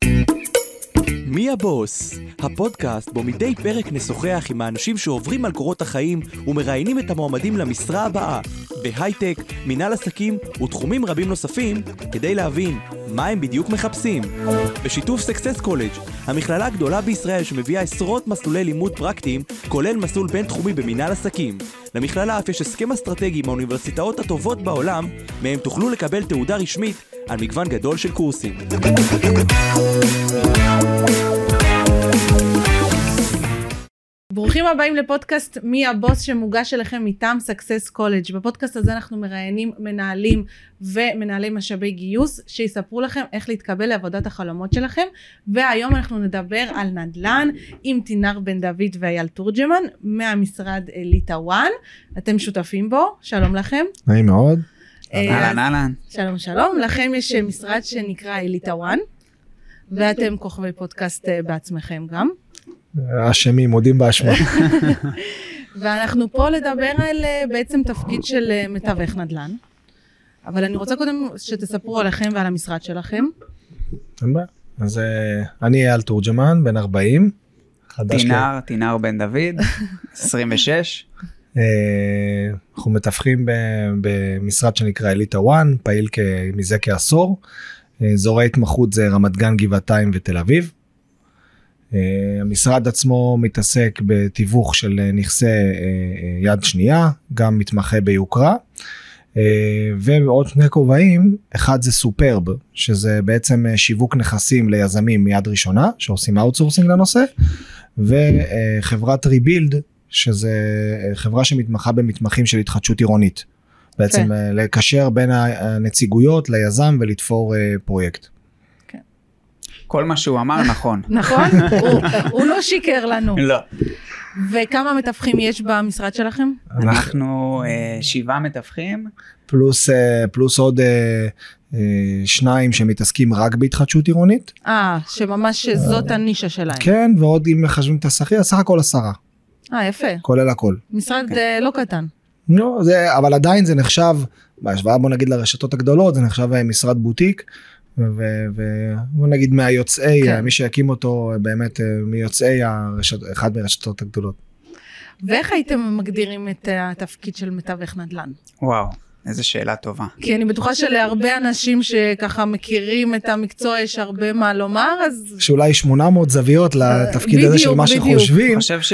מי הבוס? הפודקאסט בו מדי פרק נשוחח עם האנשים שעוברים על קורות החיים ומראיינים את המועמדים למשרה הבאה, בהייטק, מנהל עסקים ותחומים רבים נוספים, כדי להבין מה הם בדיוק מחפשים. בשיתוף סקסס קולג', המכללה הגדולה בישראל שמביאה עשרות מסלולי לימוד פרקטיים, כולל מסלול בין תחומי במנהל עסקים. למכללה אף יש הסכם אסטרטגי עם האוניברסיטאות הטובות בעולם, מהם תוכלו לקבל תעודה רשמית על מגוון גדול של קורסים. ברוכים הבאים לפודקאסט מי הבוס שמוגש אליכם מטעם סקסס קולג'. בפודקאסט הזה אנחנו מראיינים מנהלים ומנהלי משאבי גיוס שיספרו לכם איך להתקבל לעבודת החלומות שלכם, והיום אנחנו נדבר על נדל"ן עם תינר בן דוד ואייל תורג'מן מהמשרד אליטה וואן. אתם שותפים בו, שלום לכם. נעים מאוד. אהלן. שלום שלום. לכם יש משרד שנקרא אליטה וואן ואתם כוכבי פודקאסט בעצמכם גם. אשמים, מודים באשמה. ואנחנו פה לדבר על בעצם תפקיד של מתווך נדל"ן. אבל אני רוצה קודם שתספרו עליכם ועל המשרד שלכם. אז אני אייל תורג'מן, בן 40. תינר בן דוד, 26. אנחנו מתווכים במשרד שנקרא אליטה וואן, פעיל מזה כעשור. אזורי התמחות זה רמת גן, גבעתיים ותל אביב. המשרד עצמו מתעסק בתיווך של נכסי יד שנייה, גם מתמחה ביוקרה, ועוד שני כובעים. אחד זה סופרב, שזה בעצם שיווק נכסים ליזמים מיד ראשונה, שעושים אאוטסורסינג לנושא, וחברת ריבילד, שזה חברה שמתמחה במתמחים של התחדשות עירונית, בעצם לקשר בין הנציגויות ליזם ולתפור פרויקט. כל מה שהוא אמר נכון. נכון? הוא לא שיקר לנו. לא. וכמה מתווכים יש במשרד שלכם? אנחנו 7 מתווכים. פלוס עוד 2 שמתעסקים רק בהתחדשות עירונית. שממש זאת הנישה שלהם. כן, ועוד אם מחשבים את השכיר, סך הכל 10. יפה. כולל הכל. משרד לא קטן. לא, אבל עדיין זה נחשב, בהשוואה בוא נגיד לרשתות הגדולות, זה נחשב משרד בוטיק, ובוא נגיד מהיוצאי, מי שיקים אותו באמת מיוצאי אחד מרשתות הגדולות. ואיך הייתם מגדירים את התפקיד של מתווך נדל"ן? וואו, איזו שאלה טובה. כי אני בטוחה שלהרבה אנשים שככה מכירים את המקצוע יש הרבה מה לומר, אז... שאולי 800 זוויות לתפקיד הזה של מה שחושבים. אני חושב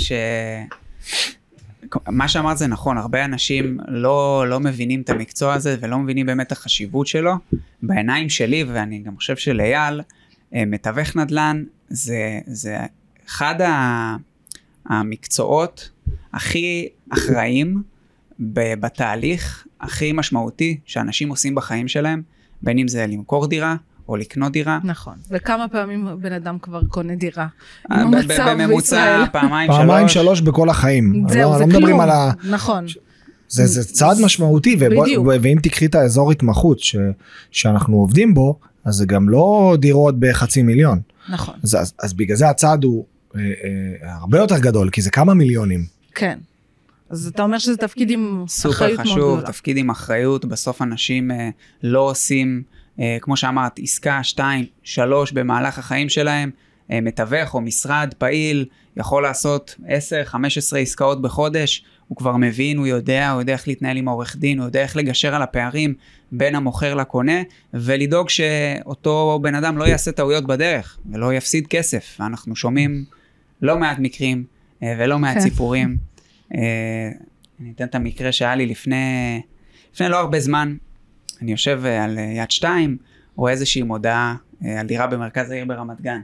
מה שאמרת זה נכון, הרבה אנשים לא מבינים את המקצוע הזה, ולא מבינים באמת את החשיבות שלו. בעיניים שלי, ואני גם חושב של אייל, מתווך נדל"ן, זה אחד המקצועות הכי אחראים, בתהליך הכי משמעותי, שאנשים עושים בחיים שלהם, בין אם זה למכור דירה, או לקנות דירה. נכון. וכמה פעמים בן אדם כבר קונה דירה? בממוצע פעמיים 3 בכל החיים. זהו, זה כלום. נכון. זה צעד משמעותי, ואם תקחי את האזור התמחות שאנחנו עובדים בו, אז זה גם לא דירות ב500,000. נכון. אז בגלל זה הצעד הוא הרבה יותר גדול, כי זה כמה מיליונים. כן. אז אתה אומר שזה תפקיד עם אחריות מאוד גדולה. סופר חשוב, תפקיד עם אחריות, בסוף אנשים לא עושים... כמו שאמרת, עסקה 2, 3 במהלך החיים שלהם, מתווך או משרד פעיל, יכול לעשות 10, 15 עסקאות בחודש, הוא כבר מבין, הוא יודע איך להתנהל עם העורך דין, הוא יודע איך לגשר על הפערים בין המוכר לקונה, ולדאוג שאותו בן אדם לא יעשה טעויות בדרך, ולא יפסיד כסף. אנחנו שומעים לא מעט מקרים, ולא מעט סיפורים. אני אתן את המקרה שהיה לי לפני לא הרבה זמן, אני יושב על יד 2, רואה איזושהי מודעה על דירה במרכז העיר ברמת גן.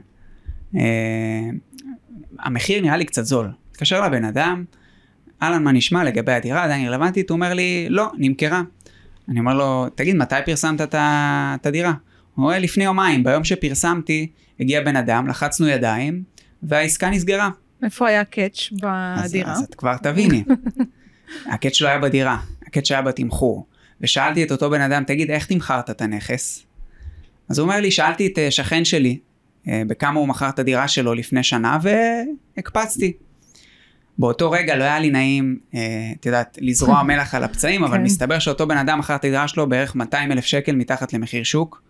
המחיר נראה לי קצת זול. התקשר לבן אדם, אהלן, מה נשמע לגבי הדירה, עדיין רלוונטית, הוא אומר לי, לא, נמכרה. אני אומר לו, תגיד, מתי פרסמת את הדירה? הוא אומר, לפני יומיים, ביום שפרסמתי, הגיע בן אדם, לחצנו ידיים, והעסקה נסגרה. איפה היה קאץ' בדירה? אז את כבר תביני. הקאץ' לא היה בדירה, הקאץ' היה בתמחור. ושאלתי את אותו בן אדם, תגיד, איך תמכרת את הנכס? אז הוא אומר לי, שאלתי את שכן שלי, בכמה הוא מכר את הדירה שלו לפני שנה, והקפצתי. באותו רגע לא היה לי נעים, את יודעת, לזרוע מלח על הפצעים, אבל מסתבר שאותו בן אדם מכר את הדירה שלו בערך 200,000 שקל מתחת למחיר שוק,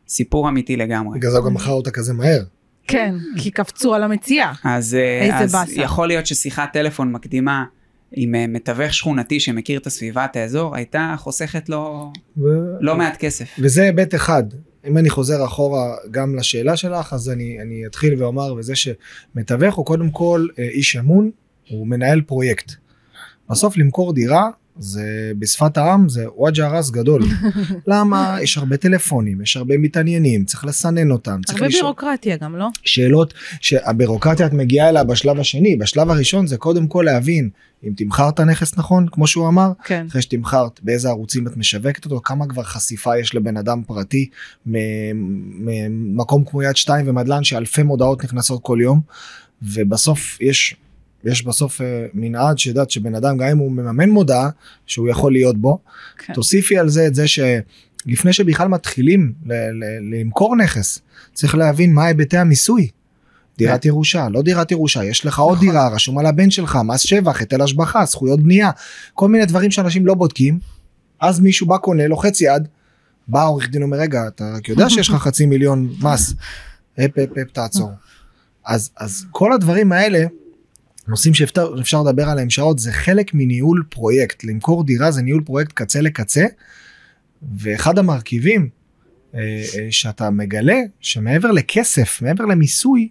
סיפור אמיתי לגמרי. בגלל זה גם מכר אותה כזה מהר. כן, כי קפצו על המציאה. אז יכול להיות ששיחת טלפון מקדימה עם מתווך שכונתי שמכיר את הסביבת האזור, הייתה חוסכת לו לא מעט כסף. וזה היבט אחד. אם אני חוזר אחורה גם לשאלה שלך, אז אני אתחיל ואומר, וזה שמתווך הוא קודם כל איש אמון, הוא מנהל פרויקט. בסוף למכור דירה, זה בשפת העם, זה וואג'ה רס גדול. למה? יש הרבה טלפונים, יש הרבה מתעניינים, צריך לסנן אותם. הרבה בירוקרטיה גם, לא? שאלות שהבירוקרטיה את מגיעה אליה בשלב השני. בשלב הראשון זה קודם כל להבין, אם תמחרת הנכס נכון, כמו שהוא אמר, כן. אחרי שתמחרת, באיזה ערוצים את משווקת אותו, כמה כבר חשיפה יש לבן אדם פרטי, ממקום כמו יד 2 ומדלן, שאלפי מודעות נכנסות כל יום, ובסוף יש בסוף מנעד שידעת שבן אדם, גם אם הוא מממן מודעה, שהוא יכול להיות בו, כן. תוסיפי על זה את זה שלפני שבכלל מתחילים למכור נכס, צריך להבין מה היבטי המיסוי. דירת ירושה, לא דירת ירושה, יש לך עוד דירה, רשום על הבן שלך, מס שבח, היטל השבחה, זכויות בנייה, כל מיני דברים שאנשים לא בודקים, אז מישהו בא קונה, לוחץ יד, בא עורך דין אומר, רגע, אתה יודע שיש לך 500,000 מס, תעצור. אז כל הדברים האלה, נושאים שאפשר לדבר עליהם שעות, זה חלק מניהול פרויקט. למכור דירה זה ניהול פרויקט קצה לקצה, ואחד המרכיבים שאתה מגלה, שמעבר לכסף, מעבר למיסוי,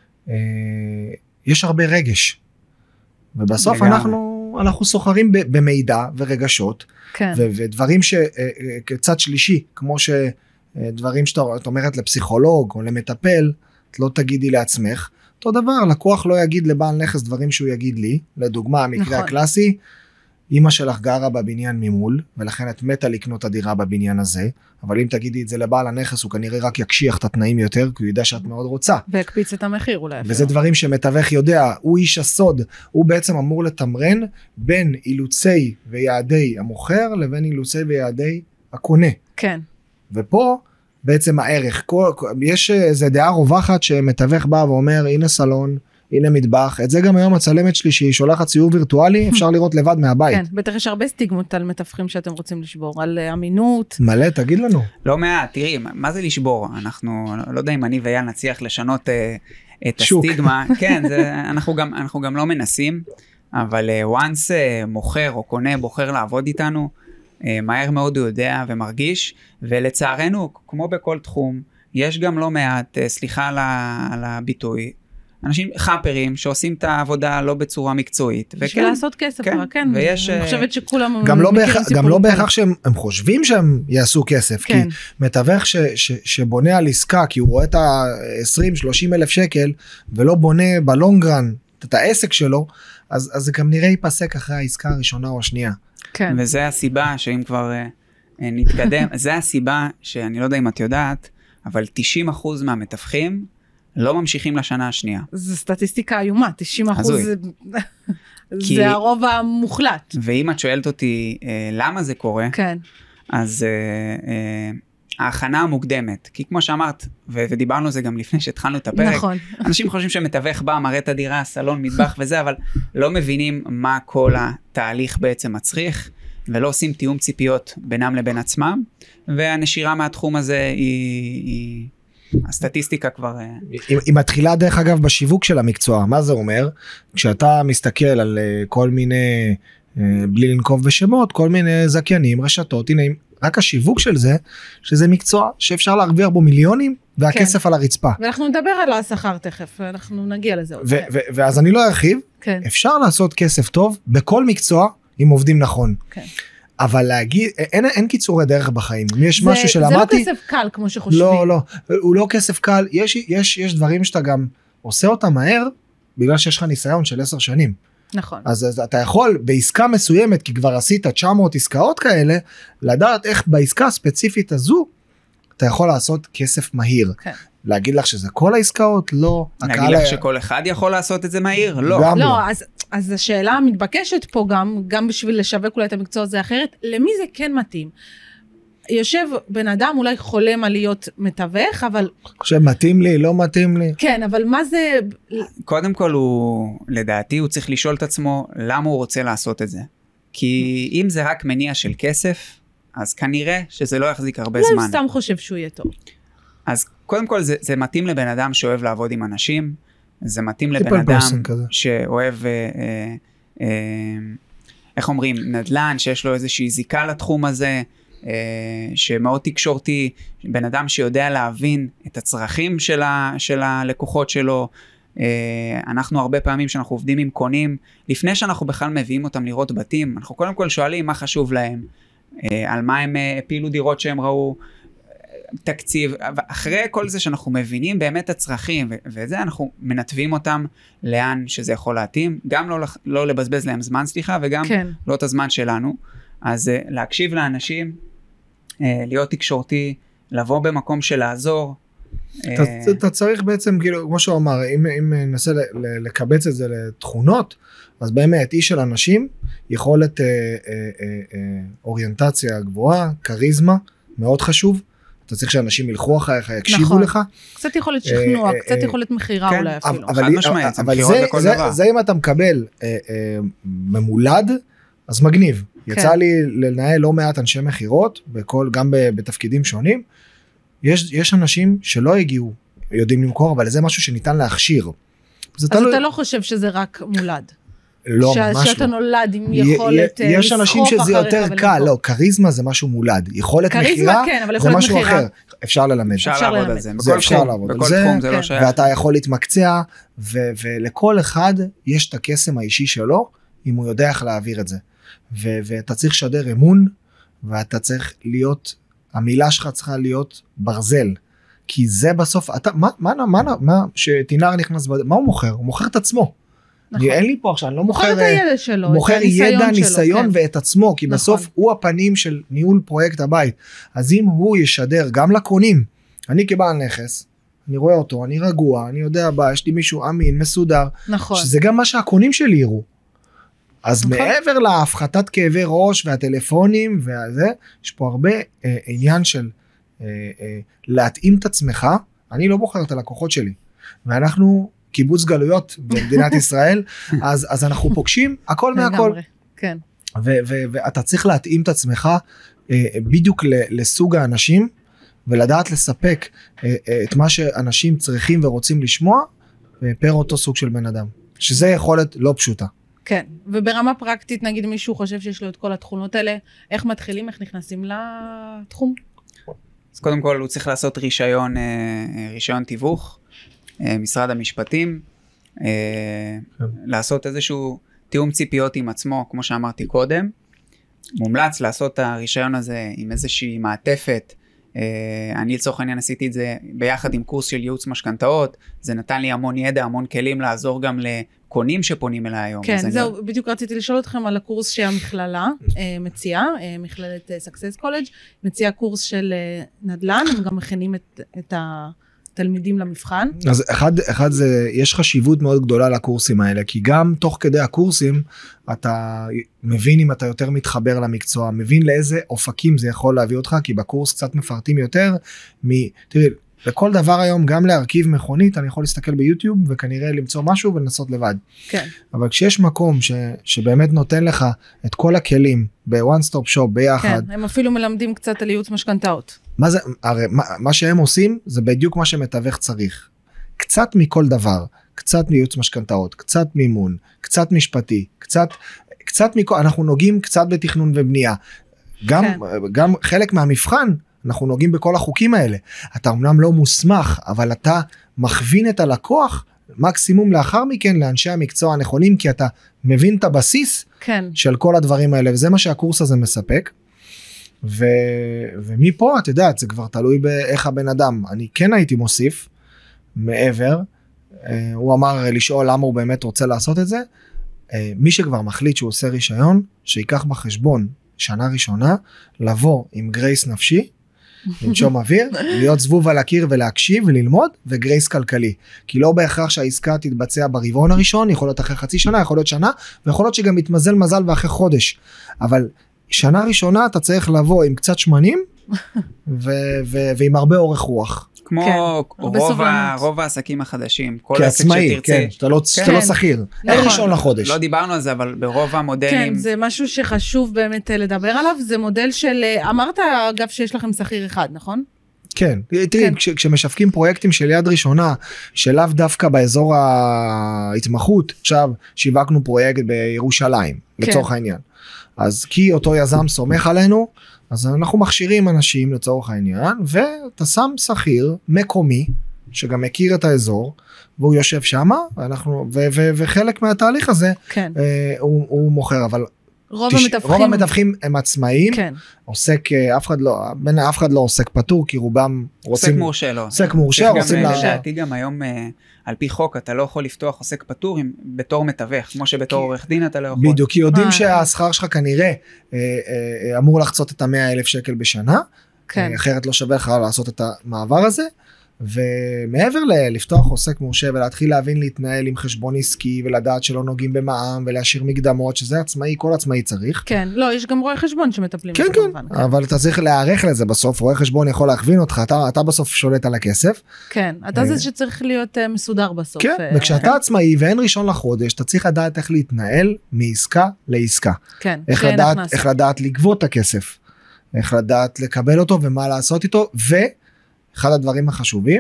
יש הרבה רגש. ובסוף אנחנו סוחרים במידע ורגשות, כן. ודברים כצד שלישי, כמו שדברים שאת אומרת לפסיכולוג או למטפל, את לא תגידי לעצמך, אותו דבר, לקוח לא יגיד לבעל נכס דברים שהוא יגיד לי, לדוגמה, המקרה הקלאסי, אמא שלך גרה בבניין ממול, ולכן את מתה לקנות הדירה בבניין הזה, אבל אם תגידי את זה לבעל הנכס, הוא כנראה רק יקשיח את התנאים יותר, כי הוא יודע שאת מאוד רוצה. והקפיץ את המחיר אולי. וזה דברים שמתווך יודע, הוא איש הסוד, הוא בעצם אמור לתמרן בין אילוצי ויעדי המוכר, לבין אילוצי ויעדי הקונה. כן. ופה, בעצם הערך, יש איזו דעה רווחת שמתווך בא ואומר, הנה סלון, הנה מטבח, את זה גם היום הצלמת שלי שהיא שולחת ציור וירטואלי, אפשר לראות לבד מהבית. כן, בטח יש הרבה סטיגמות על מתווכים שאתם רוצים לשבור, על אמינות. מלא, תגיד לנו. לא מעט, תראי, מה זה לשבור? אנחנו, לא יודע אם אני ויאל נצליח לשנות את הסטיגמה, כן, אנחנו גם לא מנסים, אבל once מוכר או קונה בוחר לעבוד איתנו, מהר מאוד הוא יודע ומרגיש, ולצערנו, כמו בכל תחום, יש גם לא מעט, סליחה על הביטוי, אנשים חאפרים שעושים את העבודה לא בצורה מקצועית. בשביל לעשות כסף, כן. ויש... אני חושבת שכולם... גם לא בהכרח שהם חושבים שהם יעשו כסף, כי מתווך שבונה על עסקה, כי הוא רואה את ה-20-30 אלף שקל, ולא בונה בלונגרן את העסק שלו, אז זה גם נראה ייפסק אחרי העסקה הראשונה או השנייה. כן. וזה הסיבה שאם כבר נתקדם, זה הסיבה שאני לא יודע אם את יודעת, אבל 90% מהמתווכים לא ממשיכים לשנה השנייה. זה סטטיסטיקה איומה, 90% זה הרוב המוחלט. ואם את שואלת אותי למה זה קורה, כן. אז ההכנה המוקדמת, כי כמו שאמרת, ודיברנו על זה גם לפני שהתחלנו את הפרק, נכון. אנשים חושבים שמתווך בא, מראה את הדירה, סלון, מטבח וזה, אבל לא מבינים מה כל התהליך בעצם מצריך, ולא עושים תיאום ציפיות בינם לבין עצמם, והנשירה מהתחום הזה היא הסטטיסטיקה כבר... היא מתחילה דרך אגב בשיווק של המקצוע. מה זה אומר? כשאתה מסתכל על כל מיני, בלי לנקוב בשמות, כל מיני זכיינים, רשתות, הנה, רק השיווק של זה, שזה מקצוע שאפשר להרוויח בו מיליונים, והכסף על הרצפה. ואנחנו נדבר על השכר תכף, אנחנו נגיע לזה עוד. ואז אני לא ארחיב, אפשר לעשות כסף טוב בכל מקצוע, אם עובדים נכון. כן. אבל להגיד, אין קיצורי דרך בחיים. אם יש משהו שלמדתי... זה לא כסף קל, כמו שחושבים. לא, הוא לא כסף קל. יש דברים שאתה גם עושה אותם מהר, בגלל שיש לך ניסיון של 10 שנים. נכון. אז אתה יכול בעסקה מסוימת, כי כבר עשית 900 עסקאות כאלה, לדעת איך בעסקה הספציפית הזו, אתה יכול לעשות כסף מהיר. כן. להגיד לך שזה כל העסקאות? לא. להגיד לך שכל אחד יכול לעשות את זה מהיר? לא. גם לא. אז השאלה המתבקשת פה גם בשביל לשווק אולי את המקצוע הזה אחרת, למי זה כן מתאים? יושב בן אדם אולי חולם על להיות מתווך, אבל... חושב, מתאים לי, לא מתאים לי. כן, אבל מה זה... קודם כל לדעתי הוא צריך לשאול את עצמו למה הוא רוצה לעשות את זה. כי אם זה רק מניע של כסף, אז כנראה שזה לא יחזיק הרבה זמן. לא סתם חושב שהוא יהיה טוב. אז קודם כל זה מתאים לבן אדם שאוהב לעבוד עם אנשים, זה מתאים לבן אדם שאוהב, איך אומרים, נדל"ן, שיש לו איזושהי זיקה לתחום הזה, שמאוד תקשורתי, בן אדם שיודע להבין את הצרכים של הלקוחות שלו. אנחנו הרבה פעמים שאנחנו עובדים עם קונים, לפני שאנחנו בכלל מביאים אותם לראות בתים, אנחנו קודם כל שואלים מה חשוב להם, על מה הם הפעילו דירות שהם ראו, תקציב, אחרי כל זה שאנחנו מבינים באמת הצרכים, וזה אנחנו מנתבים אותם לאן שזה יכול להתאים, גם לא לבזבז להם זמן, סליחה, וגם לא את הזמן שלנו. אז להקשיב לאנשים, להיות תקשורתי, לבוא במקום של לעזור. אתה צריך בעצם, כאילו, כמו שהוא אמר, אם ננסה לקבץ את זה לתכונות, אז באמת, איש של אנשים, יכולת אוריינטציה גבוהה, קריזמה, מאוד חשוב. אתה צריך שאנשים ילכו אחריך, יקשיבו לך. קצת יכולת שכנוע, קצת יכולת מחירה אולי אפילו. אבל זה אם אתה מקבל ממולד, אז מגניב. יצא לי לנהל לא מעט אנשי מחירות, גם בתפקידים שונים. יש אנשים שלא הגיעו, יודעים למכור, אבל זה משהו שניתן להכשיר. אז אתה לא חושב שזה רק מולד? לא, ממש לא. שאתה נולד עם יכולת לסחוף אחריך. יש אנשים שזה יותר קל, לא, קריזמה זה משהו מולד. יכולת מחירה זה משהו אחר. אפשר ללמד. אפשר לעבוד על זה. אפשר לעבוד על זה, ואתה יכול להתמקצע, ולכל אחד יש את הקסם האישי שלו, אם הוא יודע איך להעביר את זה. ואתה צריך לשדר אמון, ואתה צריך להיות, המילה שלך צריכה להיות ברזל. כי זה בסוף, שתינר נכנס, מה הוא מוכר? הוא מוכר את עצמו. נכון. אין לי פה עכשיו, אני לא מוכר את הידע שלו, מוכר ידע, ניסיון ואת עצמו, כי בסוף הוא הפנים של ניהול פרויקט הבית. אז אם הוא ישדר גם לקונים, אני כבעל נכס, אני רואה אותו, אני רגוע, אני יודע, יש לי מישהו אמין, מסודר, נכון. שזה גם מה שהקונים שלי יראו. אז נכון. מעבר להפחתת כאבי ראש והטלפונים והזה, יש פה הרבה עניין של להתאים את עצמך, אני לא בוחר את הלקוחות שלי, ואנחנו קיבוץ גלויות במדינת ישראל, אז אנחנו פוגשים הכל מהכל. כן. ואתה צריך להתאים את עצמך בדיוק לסוג האנשים, ולדעת לספק את מה שאנשים צריכים ורוצים לשמוע, פר אותו סוג של בן אדם. שזה יכולת לא פשוטה. כן, וברמה פרקטית, נגיד מישהו חושב שיש לו את כל התכונות האלה, איך מתחילים, איך נכנסים לתחום? אז קודם כל הוא צריך לעשות רישיון תיווך, משרד המשפטים, לעשות איזשהו תיאום ציפיות עם עצמו, כמו שאמרתי קודם, מומלץ לעשות את הרישיון הזה עם איזושהי מעטפת, אני לצורך העניין עשיתי את זה ביחד עם קורס של ייעוץ משכנתאות, זה נתן לי המון ידע, המון כלים לעזור גם לקונים שפונים אליי היום. כן, זהו, בדיוק רציתי לשאול אתכם על הקורס שהמכללה מציעה, מכללת Success College, מציעה קורס של נדל"ן, הם גם מכינים את התלמידים למבחן. אז אחד זה, יש חשיבות מאוד גדולה לקורסים האלה, כי גם תוך כדי הקורסים, אתה מבין אם אתה יותר מתחבר למקצוע, מבין לאיזה אופקים זה יכול להביא אותך, כי בקורס קצת מפרטים יותר, תראי, לכל דבר היום, גם להרכיב מכונית, אני יכול להסתכל ביוטיוב, וכנראה למצוא משהו ולנסות לבד. כן. אבל כשיש מקום שבאמת נותן לך את כל הכלים, ב-one stop shop ביחד. כן, הם אפילו מלמדים קצת על ייעוץ משכנתאות. מה זה, הרי מה שהם עושים, זה בדיוק מה שמתווך צריך. קצת מכל דבר, קצת מייעוץ משכנתאות, קצת מימון, קצת משפטי, קצת מכל, אנחנו נוגעים קצת בתכנון ובנייה. גם חלק מהמבחן, אנחנו נוגעים בכל החוקים האלה. אתה אמנם לא מוסמך, אבל אתה מכווין את הלקוח, מקסימום לאחר מכן לאנשי המקצוע הנכונים, כי אתה מבין את הבסיס של כל הדברים האלה, וזה מה שהקורס הזה מספק. ומפה, את יודעת, זה כבר תלוי באיך הבן אדם. אני כן הייתי מוסיף, מעבר, הוא אמר לשאול למה הוא באמת רוצה לעשות את זה, מי שכבר מחליט שהוא עושה רישיון, שיקח בחשבון שנה ראשונה, לבוא עם גרייס נפשי, לנשום אוויר, להיות זבוב על הקיר ולהקשיב וללמוד, וגרייס כלכלי. כי לא בהכרח שהעסקה תתבצע ברבעון הראשון, יכול להיות אחרי חצי שנה, יכול להיות שנה, ויכול להיות שגם מתמזל מזל ואחרי חודש. אבל שנה ראשונה אתה צריך לבוא עם קצת שמנים, ועם הרבה אורך רוח. כמו רוב העסקים החדשים. כעצמאי, כן, שאתה לא שכיר. אין ראשון לחודש. לא דיברנו על זה, אבל ברוב המודלים... כן, זה משהו שחשוב באמת לדבר עליו, זה מודל של, אמרת אגב שיש לכם שכיר אחד, נכון? כן, תראי, כשמשווקים פרויקטים של יד ראשונה, שלאו דווקא באזור ההתמחות, עכשיו שיווקנו פרויקט בירושלים, לצורך העניין. אז כי אותו יזם סומך עלינו, אז אנחנו מכשירים אנשים לצורך העניין, ואתה שם שכיר מקומי, שגם מכיר את האזור, והוא יושב שם, וחלק מהתהליך הזה, הוא מוכר, אבל רוב המתווכים הם עצמאיים, עוסק, אף אחד לא עוסק פטור, כי רובם עוסק מורשה, לא. עוסק מורשה, עושים לה... לדעתי גם היום, על פי חוק, אתה לא יכול לפתוח עוסק פטור בתור מתווך, כמו שבתור עורך דין אתה לא יכול. בדיוק, כי יודעים שהשכר שלך כנראה אמור לחצות את ה100,000 שקל בשנה, אחרת לא שווה לך לעשות את המעבר הזה, ומעבר לפתוח עוסק מורשה ולהתחיל להבין להתנהל עם חשבון עסקי ולדעת שלא נוגעים במע"מ ולהשאיר מקדמות, שזה עצמאי, כל עצמאי צריך. כן, לא, יש גם רואי חשבון שמטפלים. כן, כן, אבל אתה צריך להיערך לזה בסוף, רואי חשבון יכול להכווין אותך, אתה בסוף שולט על הכסף. כן, אתה זה שצריך להיות מסודר בסוף. כן, וכשאתה עצמאי ואין ראשון לחודש, אתה צריך לדעת איך להתנהל מעסקה לעסקה. כן, איך לדעת לגבות את הכסף, איך לדעת לקבל אותו ומה לעשות איתו, אחד הדברים החשובים,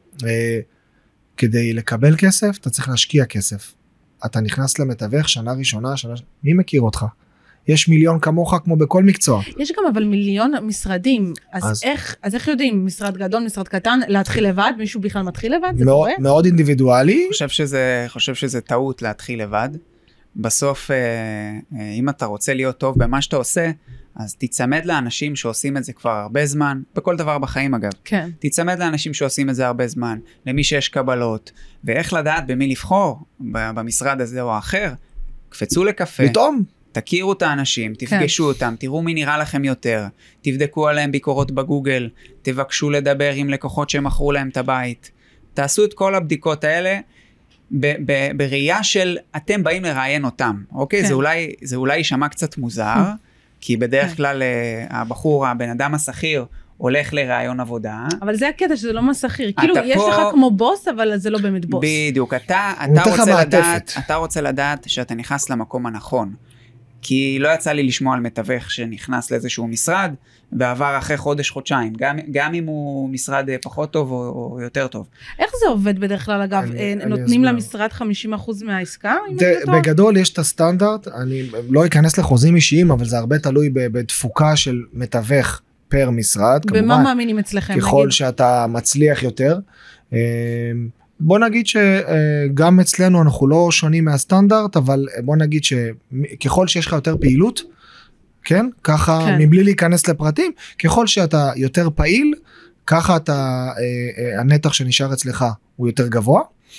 כדי לקבל כסף, אתה צריך להשקיע כסף. אתה נכנס למתווך שנה ראשונה, מי מכיר אותך? יש מיליון כמוך כמו בכל מקצוע. יש גם אבל מיליון משרדים, אז איך יודעים, משרד גדול, משרד קטן, להתחיל לבד? מישהו בכלל מתחיל לבד? זה קורה? מאוד אינדיבידואלי. חושב שזה טעות להתחיל לבד. בסוף, אם אתה רוצה להיות טוב במה שאתה עושה, אז תצמד לאנשים שעושים את זה כבר הרבה זמן, בכל דבר בחיים אגב. כן. תצמד לאנשים שעושים את זה הרבה זמן, למי שיש קבלות, ואיך לדעת במי לבחור, במשרד הזה או האחר, קפצו לקפה. פתאום. תכירו את האנשים, תפגשו אותם, תראו מי נראה לכם יותר, תבדקו עליהם ביקורות בגוגל, תבקשו לדבר עם לקוחות שמכרו להם את הבית. תעשו את כל הבדיקות האלה, בראייה של אתם באים לראיין אותם, אוקיי? כן. זה אולי יישמע קצת מוזר, כי בדרך כלל הבחור, הבן אדם השכיר, הולך לראיון עבודה. אבל זה הקטע שזה לא מסחיר. כאילו יש לך כמו בוס, אבל זה לא באמת בוס. בדיוק, אתה רוצה לדעת שאתה נכנס למקום הנכון. כי לא יצא לי לשמוע על מתווך שנכנס לאיזשהו משרד, ועבר אחרי חודש-חודשיים, גם אם הוא משרד פחות טוב או יותר טוב. איך זה עובד בדרך כלל, אגב? נותנים למשרד 50% מהעסקה? בגדול יש את הסטנדרט, אני לא אכנס לחוזים אישיים, אבל זה הרבה תלוי בתפוקה של מתווך פר משרד. במה מאמינים אצלכם? ככל שאתה מצליח יותר. בוא נגיד שגם אצלנו אנחנו לא שונים מהסטנדרט, אבל בוא נגיד שככל שיש לך יותר פעילות, כן? ככה, מבלי להיכנס לפרטים, ככל שאתה יותר פעיל, ככה הנתח שנשאר אצלך הוא יותר גבוה,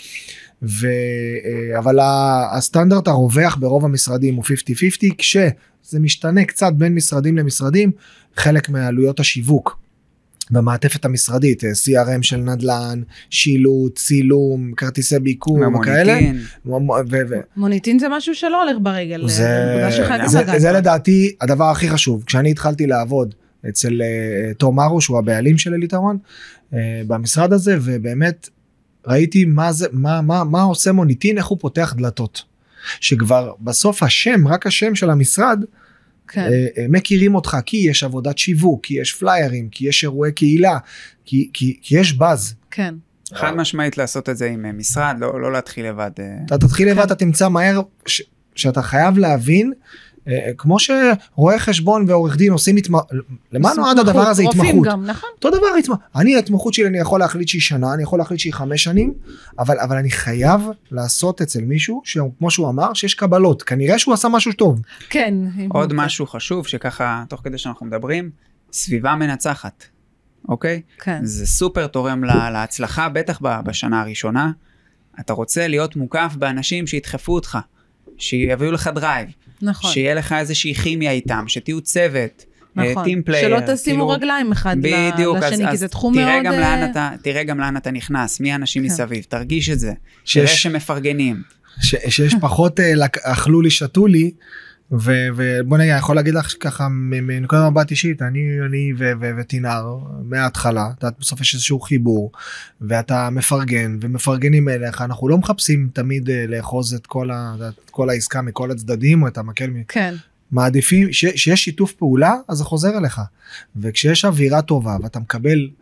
אבל הסטנדרט הרווח ברוב המשרדים הוא 50-50, כשזה משתנה קצת בין משרדים למשרדים, חלק מעלויות השיווק, במעטפת המשרדית, CRM של נדל"ן, שילוט, צילום, כרטיסי ביקור וכאלה. מוניטין זה משהו שלא הולך ברגל. זה לדעתי הדבר הכי חשוב. כשאני התחלתי לעבוד אצל תום ארוש, הוא הבעלים של אליטרואן, במשרד הזה, ובאמת ראיתי מה עושה מוניטין, איך הוא פותח דלתות. שכבר בסוף השם, רק השם של המשרד, מכירים אותך, כי יש עבודת שיווק, כי יש פליירים, כי יש אירועי קהילה, כי יש בז. כן. חד משמעית לעשות את זה עם משרד, לא להתחיל לבד. אתה תתחיל לבד, אתה תמצא מהר שאתה חייב להבין, כמו שרואה חשבון ועורך דין עושים למה נועד הדבר הזה התמחות? אותו דבר התמחות. ההתמחות שלי אני יכול להחליט שהיא שנה, אני יכול להחליט שהיא 5 שנים, אבל אני חייב לעשות אצל מישהו, כמו שהוא אמר, שיש קבלות. כנראה שהוא עשה משהו טוב. כן. עוד משהו חשוב, שככה, תוך כדי שאנחנו מדברים, סביבה מנצחת. אוקיי? כן. זה סופר תורם להצלחה, בטח בשנה הראשונה. אתה רוצה להיות מוקף באנשים שידחפו אותך, שיביאו לך דרייב. נכון. שיהיה לך איזושהי כימיה איתם, שתהיו צוות, טים פלייר. שלא תשימו רגליים אחד לשני, כי זה תחום מאוד... תראה גם לאן אתה נכנס, מי האנשים מסביב, תרגיש את זה, תראה שמפרגנים. שיש פחות אכלו לי, שתו לי, ובוא נגיד, אני יכול להגיד לך ככה, מנקודת מבט אישית, אני ותינר, מההתחלה, בסוף יש איזשהו חיבור, ואתה מפרגן, ומפרגנים אליך, אנחנו לא מחפשים תמיד לאחוז את כל העסקה מכל הצדדים, או את המקל, כן. מעדיפים, שיש שיתוף פעולה, אז זה חוזר אליך, וכשיש אווירה טובה, ואתה מקבל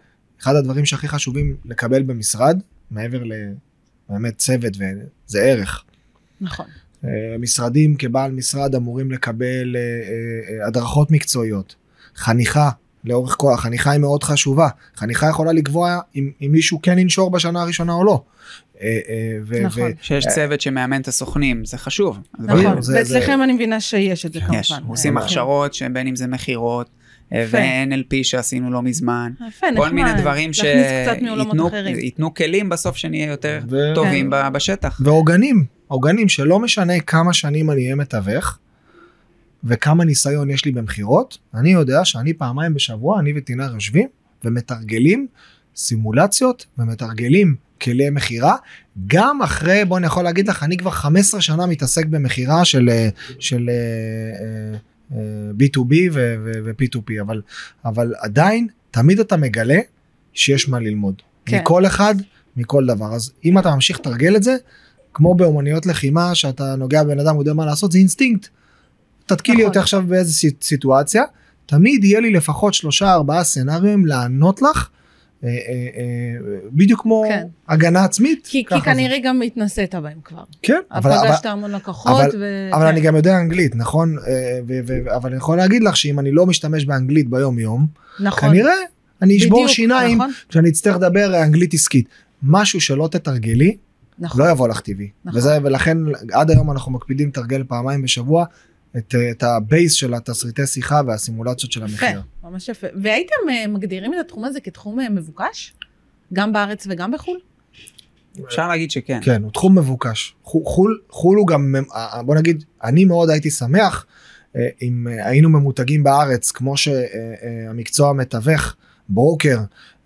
אחד הדברים שהכי חשובים לקבל במשרד, מעבר באמת צוות וזה ערך. נכון. משרדים כבעל משרד אמורים לקבל הדרכות מקצועיות, חניכה לאורך כל, החניכה היא מאוד חשובה, חניכה יכולה לקבוע אם מישהו כן ינשור בשנה הראשונה או לא. נכון. שיש צוות שמאמן את הסוכנים, זה חשוב. נכון, ואצלכם אני מבינה שיש את זה כמובן. יש, עושים הכשרות שבין אם זה מחירות, ו-NLP שעשינו לא מזמן, כל מיני דברים שיתנו כלים בסוף שנהיה יותר טובים בשטח. ועוגנים שלא משנה כמה שנים אני אהיה מתווך, וכמה ניסיון יש לי במחירות, אני יודע שאני פעמיים בשבוע, אני וטינר יושבים ומתרגלים סימולציות ומתרגלים כלי מחירה, גם אחרי, בוא אני יכול להגיד לך, אני כבר 15 שנה מתעסק במחירה של B2B ו-P2P, אבל עדיין תמיד אתה מגלה שיש מה ללמוד. כן. מכל אחד, מכל דבר. אז אם אתה ממשיך תרגל את זה, כמו באומניות לחימה, שאתה נוגע בן אדם יודע מה לעשות, זה אינסטינקט. תתקיל לי אותי עכשיו באיזו סיטואציה, תמיד יהיה לי לפחות 3-4 סנריונים לענות לך, בדיוק כמו הגנה עצמית. כי כנראה גם התנסית בהם כבר. כן. פגשת המון לקוחות. אבל אני גם יודע אנגלית, נכון? אבל אני יכול להגיד לך שאם אני לא משתמש באנגלית ביום יום, כנראה אני אשבור שיניים, כשאני אצטרך לדבר אנגלית עסקית. משהו שלא תתרגלי, לא יבוא לך טבעי. ולכן עד היום אנחנו מקפידים תרגל פעמיים בשבוע, את הבייס של התסריטי שיחה והסימולציות של המחיר. ממש יפה. והייתם מגדירים את התחום הזה כתחום מבוקש? גם בארץ וגם בחול? אפשר להגיד שכן. כן, הוא תחום מבוקש. חול הוא גם, בוא נגיד, אני מאוד הייתי שמח, אם היינו ממותגים בארץ, כמו שהמקצוע מתווך, ברוקר,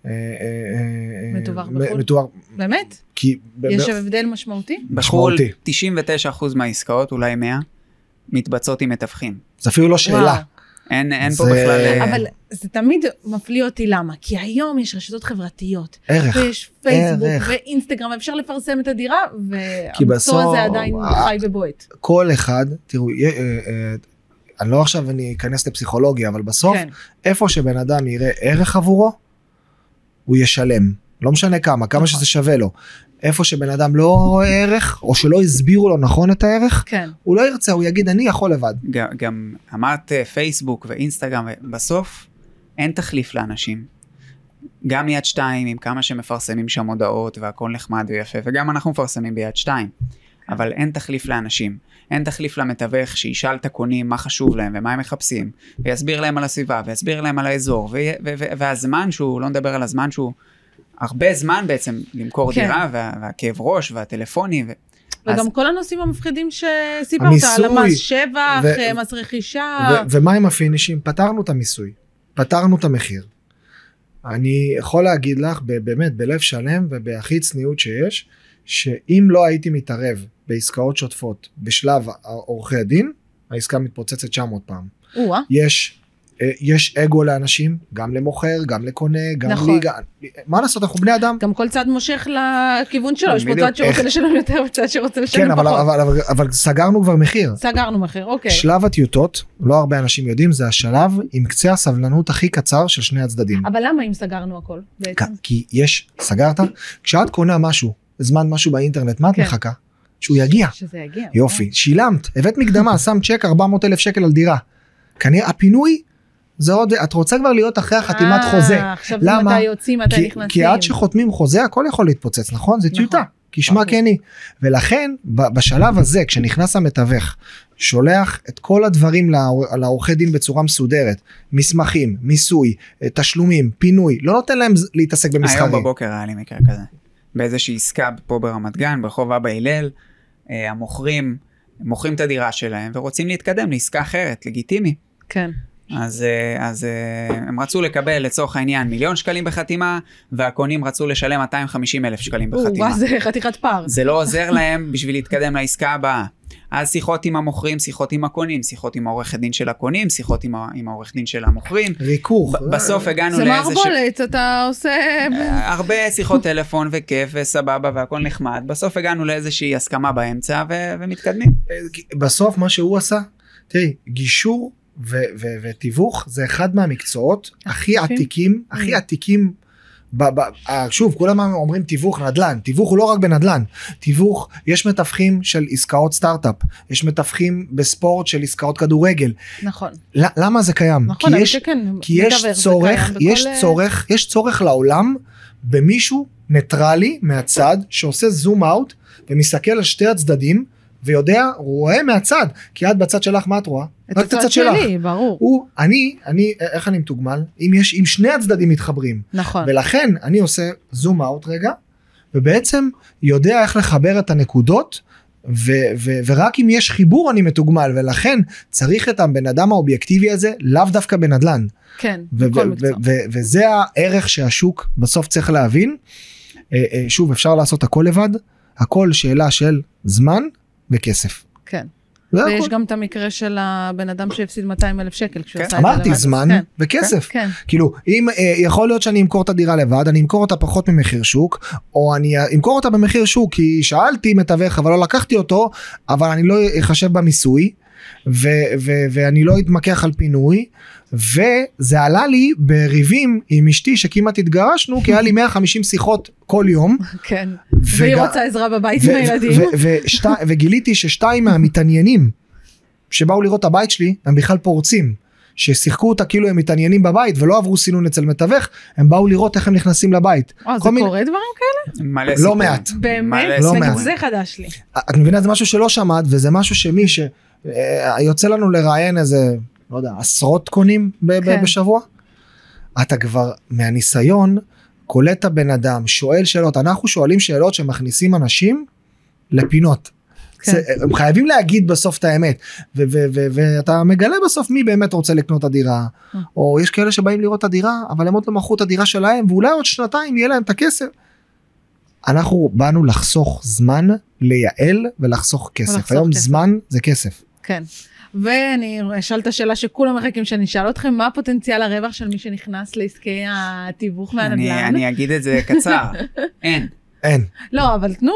מתווך. באמת? יש הבדל משמעותי? בחול 99% מהעסקאות, אולי 100, מתבצעות עם מתווכים. זה אפילו לא שאלה. אין פה בכלל. אבל זה תמיד מפליא אותי למה, כי היום יש רשתות חברתיות. ערך. ויש פייסבוק ואינסטגרם, אפשר לפרסם את הדירה, והמקצוע הזה עדיין חי ובועט. כל אחד, תראו, אני לא עכשיו אני אכנס לפסיכולוגיה, אבל בסוף, איפה שבן אדם יראה ערך עבורו, הוא ישלם. לא משנה כמה שזה שווה לו. איפה שבן אדם לא רואה ערך, או שלא הסבירו לו נכון את הערך, הוא לא ירצה, הוא יגיד, אני יכול לבד. גם אמרת פייסבוק ואינסטגרם, בסוף אין תחליף לאנשים. גם יד 2, עם כמה שמפרסמים שם הודעות, והכל נחמד ויפה, וגם אנחנו מפרסמים ביד 2. אבל אין תחליף לאנשים. אין תחליף למתווך שישאל את הקונים מה חשוב להם ומה הם מחפשים, ויסביר להם על הסביבה, ויסביר להם על האזור, והזמן שהוא, לא נדבר על הזמן שהוא, הרבה זמן בעצם למכור דירה, והכאב ראש, והטלפונים. וגם כל הנושאים המפחידים שסיפרת, על המס שבח, מס רכישה. ומה עם הפינישים? פתרנו את המיסוי, פתרנו את המחיר. אני יכול להגיד לך, באמת, בלב שלם, ובהכי צניעות שיש, שאם לא הייתי מתערב בעסקאות שוטפות, בשלב עורכי הדין, העסקה מתפוצצת 900 פעם. יש אגו לאנשים, גם למוכר, גם לקונה, גם ליגה. מה לעשות, אנחנו בני אדם. גם כל צד מושך לכיוון שלו, יש פה צד שרוצה לשלם יותר, וצד שרוצה לשלם פחות. כן, אבל סגרנו כבר מחיר. סגרנו מחיר, אוקיי. שלב הטיוטות, לא הרבה אנשים יודעים, זה השלב עם קצה הסבלנות הכי קצר של שני הצדדים. אבל למה אם סגרנו הכל בעצם? כי סגרת, כשאת קונה משהו, זמן משהו באינטרנט, מה את מחכה? שהוא יגיע. שזה יגיע. יופי, שילמת, הבאת מקדמה, שם צ'ק 400,000 שקל על דירה. כנראה הפינוי זה עוד, את רוצה כבר להיות אחרי החתימת חוזה. עכשיו זה מתי יוצאים, מתי נכנסים. כי עד שחותמים חוזה, הכל יכול להתפוצץ, נכון? זה טיוטה, כשמה כן היא. ולכן, בשלב הזה, כשנכנס המתווך, שולח את כל הדברים לעורכי דין בצורה מסודרת, מסמכים, מיסוי, תשלומים, פינוי, לא נותן להם להתעסק במסחרי. היום בבוקר היה לי מקרה כזה. באיזושהי עסקה פה ברמת גן, ברחוב אבא הלל, המוכרים את הדירה שלהם, ורוצים להתקדם לעסקה אחרת, לגיטימי. כן. אז הם רצו לקבל לצורך העניין 1,000,000 שקלים בחתימה, והקונים רצו לשלם 250,000 שקלים בחתימה. זה חתיכת פער. זה לא עוזר להם בשביל להתקדם לעסקה הבאה. אז שיחות עם המוכרים, שיחות עם הקונים, שיחות עם העורך דין של הקונים, שיחות עם העורך דין של המוכרים. ריכוך. בסוף הגענו זה מערבולת, אתה עושה... הרבה שיחות טלפון וכיף וסבבה והכל נחמד. בסוף הגענו לאיזושהי הסכמה באמצע ומתקדמים. בסוף מה שהוא עשה, תראי, גישור ותיווך זה אחד מהמקצועות הכי עתיקים שוב, כולם אומרים תיווך נדל"ן, תיווך הוא לא רק בנדל"ן, תיווך, יש מתווכים של עסקאות סטארט-אפ, יש מתווכים בספורט של עסקאות כדורגל. נכון. למה זה קיים? נכון, כי יש צורך לעולם במישהו ניטרלי מהצד, שעושה זום אאוט, ומסתכל על שתי הצדדים, ויודע, הוא רואה מהצד, כי את בצד שלך, מה את רואה? את הצד שלי, ברור. איך אני מתוגמל? אם שני הצדדים מתחברים. נכון. ולכן אני עושה זום אאוט רגע, ובעצם יודע איך לחבר את הנקודות, ורק אם יש חיבור אני מתוגמל, ולכן צריך את הבן אדם האובייקטיבי הזה, לאו דווקא בנדל"ן. כן, בכל מקצוע. וזה הערך שהשוק בסוף צריך להבין. שוב, אפשר לעשות הכל לבד, הכל שאלה של זמן וכסף. כן. ויש גם את המקרה של הבן אדם שהפסיד 200,000 שקל. אמרתי, זמן וכסף. כאילו, אם יכול להיות שאני אמכור את הדירה לבד, אני אמכור אותה פחות ממחיר שוק, או אני אמכור אותה במחיר שוק, כי שאלתי מתווך, אבל לא לקחתי אותו, אבל אני לא אחשב במיסוי, ואני לא אתמקח על פינוי, וזה עלה לי בריבים עם אשתי שכמעט התגרשנו, כי היה לי 150 שיחות כל יום. כן, והיא רוצה עזרה בבית עם הילדים. וגיליתי ששתיים מהמתעניינים שבאו לראות הבית שלי, הם בכלל פורצים, ששיחקו אותה כאילו הם מתעניינים בבית, ולא עברו סינון אצל מתווך, הם באו לראות איך הם נכנסים לבית. זה קורה דברים כאלה? לא מעט. באמת? זה חדש לי. את מבינה, זה משהו שלא שמעת, וזה משהו שמי שיוצא לנו לראיין איזה, לא יודע, עשרות קונים בשבוע, אתה כבר מהניסיון, קולט הבן אדם, שואל שאלות, אנחנו שואלים שאלות שמכניסים אנשים לפינות. הם חייבים להגיד בסוף את האמת, ואתה מגלה בסוף מי באמת רוצה לקנות את הדירה, או יש כאלה שבאים לראות את הדירה, אבל הם עוד לא מכרו את הדירה שלהם, ואולי עוד שנתיים יהיה להם את הכסף. אנחנו באנו לחסוך זמן, לייעל ולחסוך כסף. היום זמן זה כסף. כן. ואני אשאל את השאלה שכולם מחכים שאני אשאל אתכם, מה הפוטנציאל הרווח של מי שנכנס לעסקי התיווך מהנדל"ן? אני אגיד את זה קצר, אין. לא, אבל תנו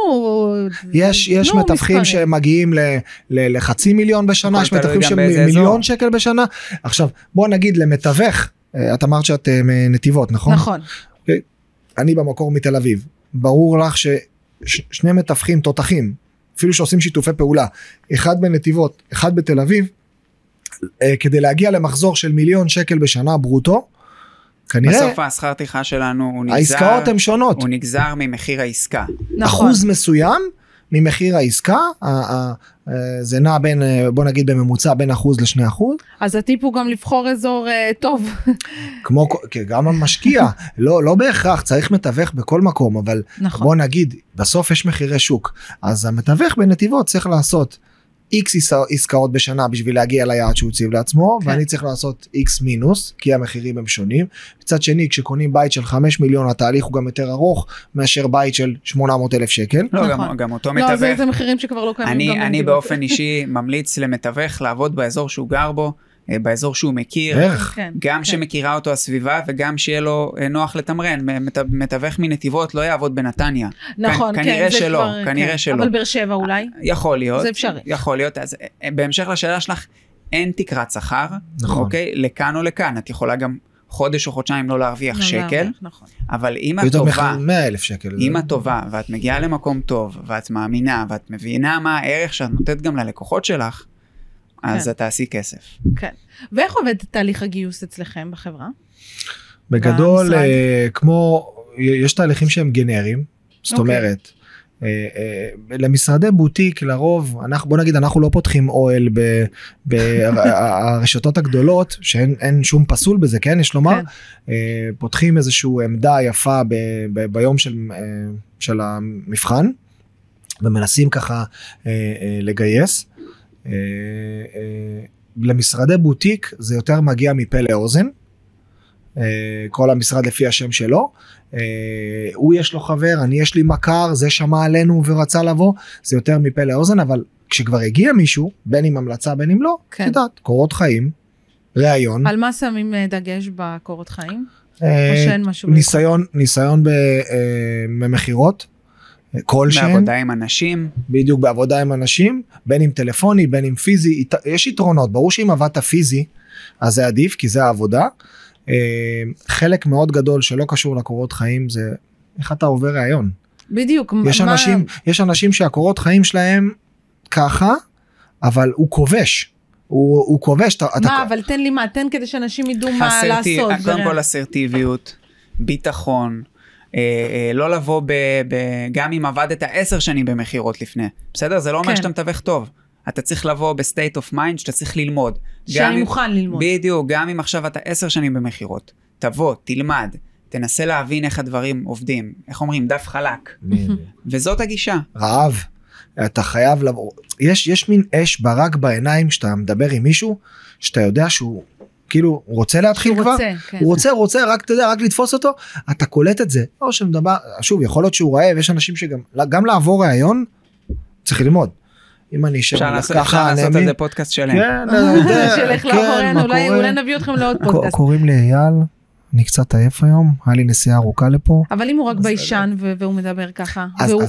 יש מתווכים שמגיעים לחצי מיליון בשנה, יש מתווכים של מיליון שקל בשנה. עכשיו, בוא נגיד למתווך, את אמרת שאת נתיבות, נכון? נכון. אני במקור מתל אביב. ברור לך ששני מתווכים תותחים, אפילו שעושים שיתופי פעולה, אחד בנתיבות, אחד בתל אביב, כדי להגיע למחזור של 1,000,000 שקל בשנה ברוטו, כנראה, בסוף השכר טרחה שלנו, העסקאות הן שונות. הוא נגזר ממחיר העסקה. נכון. אחוז מסוים ממחיר העסקה, זה נע בין, בוא נגיד בממוצע, בין 1% ל2%. אז הטיפ הוא גם לבחור אזור טוב. כמו, גם המשקיע, לא בהכרח, צריך מתווך בכל מקום, אבל נכון. בוא נגיד, בסוף יש מחירי שוק, אז המתווך בנתיבות צריך לעשות X עסקאות בשנה בשביל להגיע ליעד שהוא הציב לעצמו, כן. ואני צריך לעשות X מינוס, כי המחירים הם שונים. מצד שני, כשקונים בית של 5 מיליון, התהליך הוא גם יותר ארוך, מאשר בית של 800,000 שקל. לא, נכון. גם אותו מתווך. לא, זה מחירים שכבר לא קיימים. אני באופן אישי ממליץ למתווך לעבוד באזור שהוא גר בו, באזור שהוא מכיר, גם שמכירה אותו הסביבה, וגם שיהיה לו נוח לתמרן. מתווך מנתיבות לא יעבוד בנתניה. נכון, כנראה שלא, כנראה שלא. אבל באר שבע אולי? יכול להיות. זה אפשרי. יכול להיות. אז בהמשך לשאלה שלך, אין תקרת שכר, אוקיי? לכאן או לכאן. את יכולה גם חודש או חודשיים לא להרוויח שקל, אבל אם את טובה, 100,000 שקל. אם את טובה, ואת מגיעה למקום טוב, ואת מאמינה, ואת מבינה מה הערך שאת נותנת גם ללקוחות שלך, אז אתה תעשי כסף. כן. ואיך עובד תהליך הגיוס אצלכם בחברה? בגדול, כמו, יש תהליכים שהם גנריים, זאת אומרת, למשרדי בוטיק לרוב, בוא נגיד, אנחנו לא פותחים אוהל ברשתות הגדולות, שאין שום פסול בזה, כן? יש לומר, פותחים איזושהי עמדה יפה ביום של המבחן, ומנסים ככה לגייס. למשרדי בוטיק זה יותר מגיע מפה לאוזן, כל המשרד לפי השם שלו, הוא יש לו חבר, אני יש לי מכר, זה שמע עלינו ורצה לבוא, זה יותר מפה לאוזן, אבל כשכבר הגיע מישהו, בין אם המלצה בין אם לא, תדעת, קורות חיים, ראיון. על מה שמים דגש בקורות חיים? ניסיון במחירות, בעבודה עם אנשים. בדיוק, בעבודה עם אנשים, בין אם טלפוני, בין אם פיזי, יש יתרונות, ברור שאם עבדת פיזי, אז זה עדיף, כי זה העבודה, חלק מאוד גדול שלא קשור לקורות חיים זה איך אתה עובר רעיון. בדיוק. יש אנשים שהקורות חיים שלהם ככה, אבל הוא כובש. הוא כובש. אבל תן לי מה, תן כדי שאנשים ידעו מה לעשות. קודם כל אסרטיביות, ביטחון, לא לבוא גם אם עבדת 10 שנים במחירות לפני. בסדר? זה לא אומר שאתה מתווך טוב. אתה צריך לבוא בסטייט אוף מיינד, שאתה צריך ללמוד. שאני מוכן ללמוד. בדיוק, גם אם עכשיו אתה 10 שנים במחירות. תבוא, תלמד, תנסה להבין איך הדברים עובדים. איך אומרים? דף חלק. וזאת הגישה. רעב. אתה חייב לבוא. יש מין אש ברק בעיניים, שאתה מדבר עם מישהו, שאתה יודע שהוא כאילו רוצה להתחיל כבר, הוא רוצה, רק אתה יודע, רק לתפוס אותו, אתה קולט את זה. או שמדבר, שוב, יכול להיות שהוא רעב, יש אנשים שגם לעבור רעיון, צריך ללמוד. אם אני אשב אפשר לעשות על זה פודקאסט שלם. שלך לאחורינו, אולי נביא אתכם לעוד פודקאסט. קוראים לי אייל, אני קצת עייף היום, היה לי נסיעה ארוכה לפה. אבל אם הוא רק ביישן והוא מדבר ככה,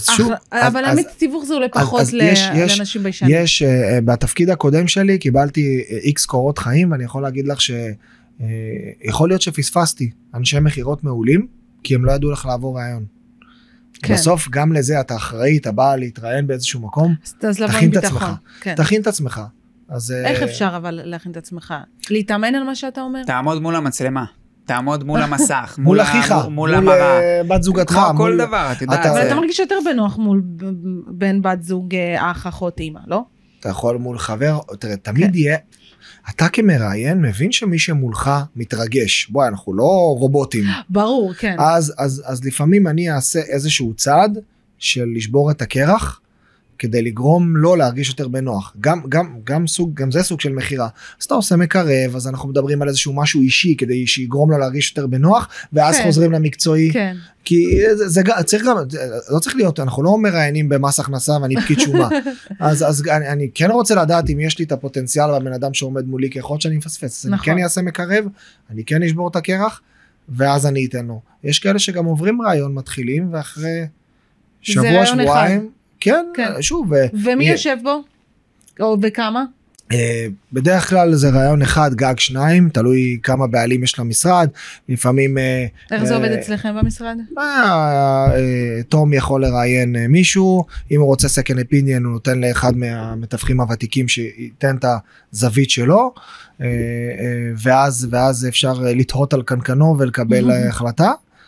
אבל האמת תיווך זה אולי פחות לאנשים ביישנים. יש, בתפקיד הקודם שלי קיבלתי איקס קורות חיים, ואני יכול להגיד לך שיכול להיות שפספסתי אנשי מחירות מעולים, כי הם לא ידעו לך לעבור רעיון. בסוף גם לזה אתה אחראי, אתה בא להתראיין באיזשהו מקום, תכין את עצמך. תכין את עצמך. איך אפשר אבל להכין את עצמך? להתאמן על מה שאתה אומר? תעמוד מול המצלמה. תעמוד מול המסך, מול אחיך, מול המראה. בת זוגתך. כמו כל דבר, אתה יודע. אבל אתה מרגיש יותר בנוח מול בן בת זוג אח, אחות, אמא, לא? אתה יכול מול חבר, תראה, תמיד יהיה, אתה כמראיין מבין שמי שמולך מתרגש. בואי, אנחנו לא רובוטים. ברור, כן. אז לפעמים אני אעשה איזשהו צעד של לשבור את הקרח, כדי לגרום לו להרגיש יותר בנוח. גם זה סוג של מחירה. אז אתה עושה מקרב, אז אנחנו מדברים על איזשהו משהו אישי, כדי שיגרום לו להרגיש יותר בנוח, ואז חוזרים למקצועי. כן. כי זה צריך גם, לא צריך להיות, אנחנו לא מראיינים במס הכנסה, ואני פקיד שומה. אז אני כן רוצה לדעת אם יש לי את הפוטנציאל, והבן אדם שעומד מולי, כי יכול להיות שאני מפספס. אני כן אעשה מקרב, אני כן אשבור את הקרח, ואז אני אתן לו. יש כאלה שגם עוברים רעיון מתחילים, ואחרי שבוע, שבועיים, כן, שוב. ומי יושב בו? או בכמה? בדרך כלל זה רעיון אחד, גג 2, תלוי כמה בעלים יש למשרד, לפעמים... איך זה עובד אצלכם במשרד? תום יכול לראיין מישהו, אם הוא רוצה second opinion, הוא נותן לאחד מהמתווכים הוותיקים שייתן את הזווית שלו, ואז אפשר לתהות על קנקנו ולקבל החלטה.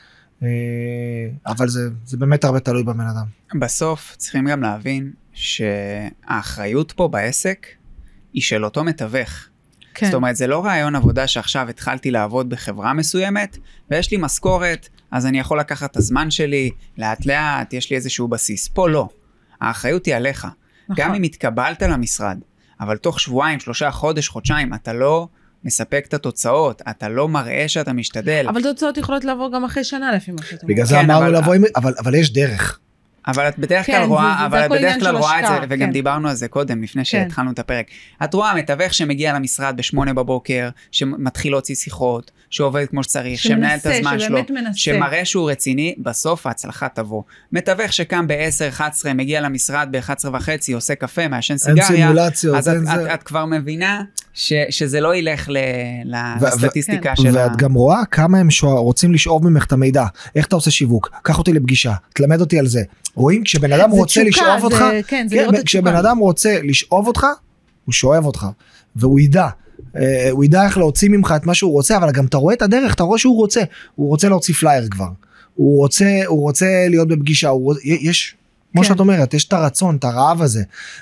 אבל זה באמת הרבה תלוי בבן אדם. בסוף צריכים גם להבין שהאחריות פה בעסק היא של אותו מתווך. כן. זאת אומרת, זה לא רעיון עבודה שעכשיו התחלתי לעבוד בחברה מסוימת, ויש לי משכורת, אז אני יכול לקחת את הזמן שלי, לאט לאט, יש לי איזשהו בסיס. פה לא. האחריות היא עליך. נכון. גם אם התקבלת למשרד, אבל תוך שבועיים, 3 חודש, חודשיים, אתה לא מספק את התוצאות, אתה לא מראה שאתה משתדל. אבל תוצאות יכולות לעבור גם אחרי שנה לפי מה שאתה אומר. בגלל זה אמרנו לבוא, אבל יש דרך. אבל את בדרך כלל רואה את זה, וגם דיברנו על זה קודם, לפני שהתחלנו את הפרק. את רואה מתווך שמגיע למשרד ב8 בבוקר, שמתחיל להוציא שיחות, שעובד כמו שצריך, שמנהל את הזמן שלו, שמראה שהוא רציני, בסוף ההצלחה תבוא. מתווך שקם ב10-11, מגיע למשרד ב11:30, עושה קפה, מעשן סיגריה, אז את כבר מבינה שזה לא ילך לסטטיסטיקה שלה. ואת גם רואה כמה הם רוצים לשאוב ממך את המידע. איך אתה עושה שיווק? קח אותי לפגישה, תלמד אותי על זה. רואים, כשבן אדם רוצה לשאוב אותך, כשבן אדם רוצה לשאוב אותך, הוא שואב אותך, והוא ידע. הוא ידע איך להוציא ממך את מה שהוא רוצה, אבל גם אתה רואה את הדרך, אתה רואה שהוא רוצה להוציא פלייר כבר. הוא רוצה להיות בפגישה, יש... כמו שאת אומרת, יש את הרצון, את הרעב הזה,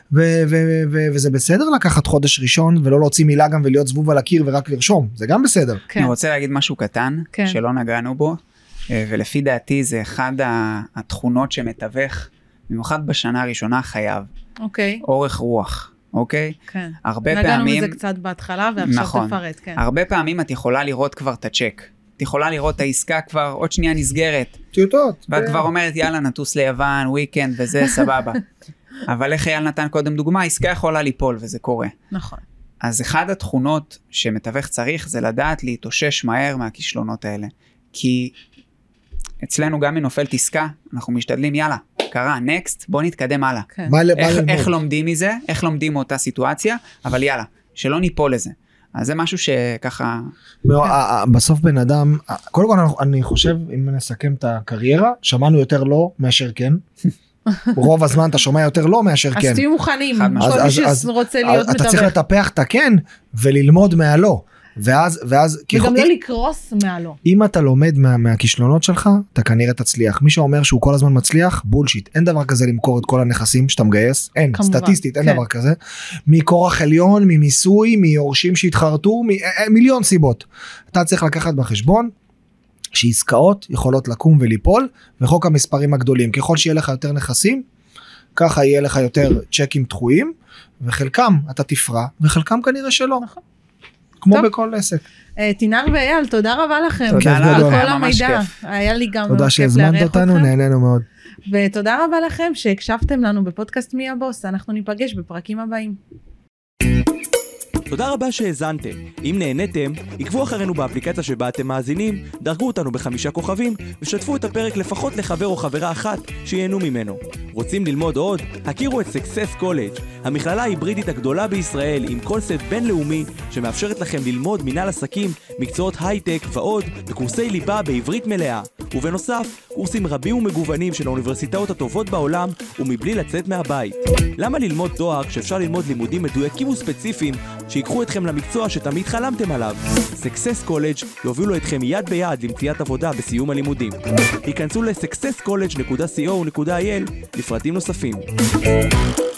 וזה בסדר לקחת חודש ראשון, ולא להוציא מילה גם ולהיות זבוב על הקיר ורק לרשום, זה גם בסדר. אני רוצה להגיד משהו קטן, שלא נגענו בו, ולפי דעתי זה אחד התכונות שמתווך, במיוחד בשנה הראשונה חייב, אורך רוח. אוקיי? כן. הרבה פעמים... נגענו מזה קצת בהתחלה, ועכשיו תפרט, כן. הרבה פעמים את יכולה לראות כבר את הצ'ק. את יכולה לראות את העסקה כבר, עוד שנייה נסגרת. טיוטות. ואת כבר אומרת, יאללה, נטוס ליוון, וויקנד, וזה סבבה. אבל איך אייל נתן קודם דוגמה, העסקה יכולה ליפול, וזה קורה. נכון. אז אחד התכונות שמתווך צריך, זה לדעת להתאושש מהר מהכישלונות האלה. כי אצלנו גם מנופלת עסקה, אנחנו משתדלים, יאללה, קרה, נקסט, בוא נתקדם הלאה. כן. איך לומדים מזה? איך לומדים מאותה סיטואציה? אבל יאללה, שלא ניפול לזה. אז זה משהו שככה... בסוף בן אדם, קודם כל אני חושב, אם נסכם את הקריירה, שמענו יותר לא מאשר כן. רוב הזמן אתה שומע יותר לא מאשר כן. אז תהיו מוכנים, חד כל מי שרוצה להיות מתווך. אתה צריך לטפח את הכן וללמוד מהלא. ואז וגם לא לקרוס מהלא. אם אתה לומד מהכישלונות שלך, אתה כנראה תצליח. מי שאומר שהוא כל הזמן מצליח, בולשיט. אין דבר כזה למכור את כל הנכסים שאתה מגייס. אין, סטטיסטית, אין דבר כזה. מכורח עליון, ממיסוי, מיורשים שהתחרטו, מיליון סיבות. אתה צריך לקחת בחשבון שעסקאות יכולות לקום וליפול, וחוק המספרים הגדולים. ככל שיהיה לך יותר נכסים, ככה יהיה לך יותר צ'קים דחויים, וחלקם אתה תפרע, וחלקם כנראה שלא. נכון. כמו בכל עסק. תינר ואייל, תודה רבה לכם. תודה על לך, כל היה ממש המידע. כיף. היה לי גם תודה שהזמנת אותנו, נהנינו מאוד. ותודה רבה לכם שהקשבתם לנו בפודקאסט מי הבוס. אנחנו ניפגש בפרקים הבאים. תודה רבה שהאזנתם. אם נהניתם, עקבו אחרינו באפליקציה שבה אתם מאזינים, דרגו אותנו ב5 כוכבים, ושתפו את הפרק לפחות לחבר או חברה אחת שיהנו ממנו. רוצים ללמוד עוד? הכירו את Success College, המכללה ההיברידית הגדולה בישראל עם קונספט בינלאומי שמאפשרת לכם ללמוד מנהל עסקים, מקצועות הייטק ועוד בקורסי ליבה בעברית מלאה. ובנוסף, קורסים רבים ומגוונים של האוניברסיטאות הטובות בעולם ומבלי לצאת מהבית. למה ללמוד תואר כשאפשר ללמוד לימודים מדויקים וספציפיים שיקחו אתכם למקצוע שתמיד חלמתם עליו? Success College יובילו אתכם יד ביד למציאת עבודה בסיום הלימודים. היכנסו ל-successcollege.co.il לפרטים נוספים.